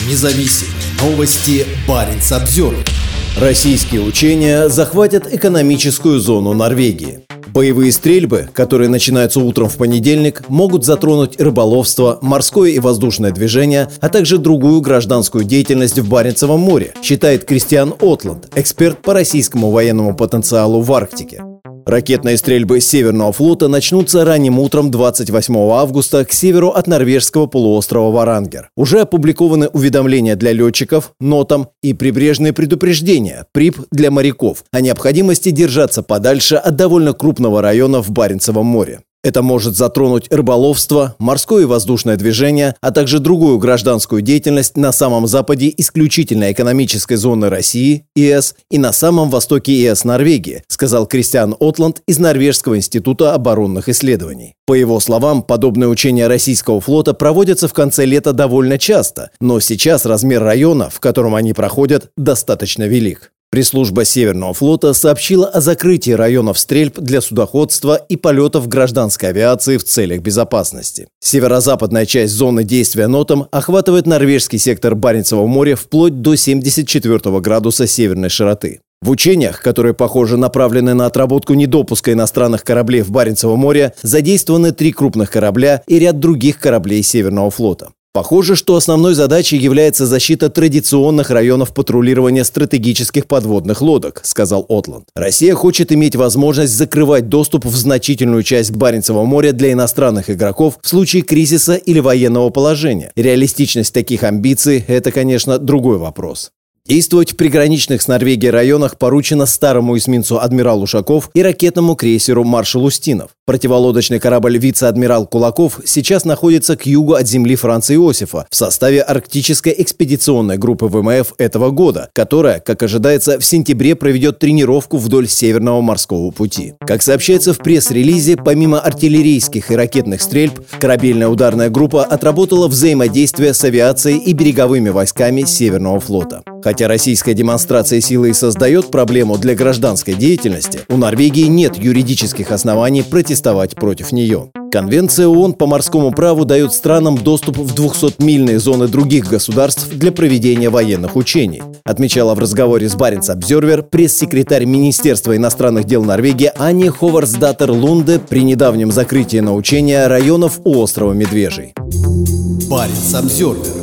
независим. Новости Баренц-Обзервер. Российские учения захватят экономическую зону Норвегии. Боевые стрельбы, которые начинаются утром в понедельник, могут затронуть рыболовство, морское и воздушное движение, а также другую гражданскую деятельность в Баренцевом море, считает Кристиан Отланд, эксперт по российскому военному потенциалу в Арктике. Ракетные стрельбы Северного флота начнутся ранним утром 28 августа к северу от норвежского полуострова Варангер. Уже опубликованы уведомления для летчиков, НОТАМ и прибрежные предупреждения, ПРИП для моряков, о необходимости держаться подальше от довольно крупного района в Баренцевом море. Это может затронуть рыболовство, морское и воздушное движение, а также другую гражданскую деятельность на самом западе исключительной экономической зоны России, ЕС, и на самом востоке ЕС Норвегии, сказал Кристиан Отланд из Норвежского института оборонных исследований. По его словам, подобные учения российского флота проводятся в конце лета довольно часто, но сейчас размер района, в котором они проходят, достаточно велик. Пресс-служба Северного флота сообщила о закрытии районов стрельб для судоходства и полетов гражданской авиации в целях безопасности. Северо-западная часть зоны действия НОТАМ охватывает норвежский сектор Баренцева моря вплоть до 74 градуса северной широты. В учениях, которые, похоже, направлены на отработку недопуска иностранных кораблей в Баренцево море, задействованы 3 крупных корабля и ряд других кораблей Северного флота. Похоже, что основной задачей является защита традиционных районов патрулирования стратегических подводных лодок, сказал Отланд. Россия хочет иметь возможность закрывать доступ в значительную часть Баренцева моря для иностранных игроков в случае кризиса или военного положения. Реалистичность таких амбиций – это, конечно, другой вопрос. Действовать в приграничных с Норвегией районах поручено старому эсминцу «Адмирал Ушаков» и ракетному крейсеру «Маршал Устинов». Противолодочный корабль «Вице-адмирал Кулаков» сейчас находится к югу от земли Франца Иосифа в составе арктической экспедиционной группы ВМФ этого года, которая, как ожидается, в сентябре проведет тренировку вдоль Северного морского пути. Как сообщается в пресс-релизе, помимо артиллерийских и ракетных стрельб, корабельная ударная группа отработала взаимодействие с авиацией и береговыми войсками Северного флота. Хотя российская демонстрация силы и создает проблему для гражданской деятельности, у Норвегии нет юридических оснований протестовать против нее. Конвенция ООН по морскому праву дает странам доступ в 200-мильные зоны других государств для проведения военных учений, отмечала в разговоре с Баренц-Обзервер пресс-секретарь Министерства иностранных дел Норвегии Ани Ховарсдаттер Лунде при недавнем закрытии на учения районов у острова Медвежий. Баренц-Обзервер.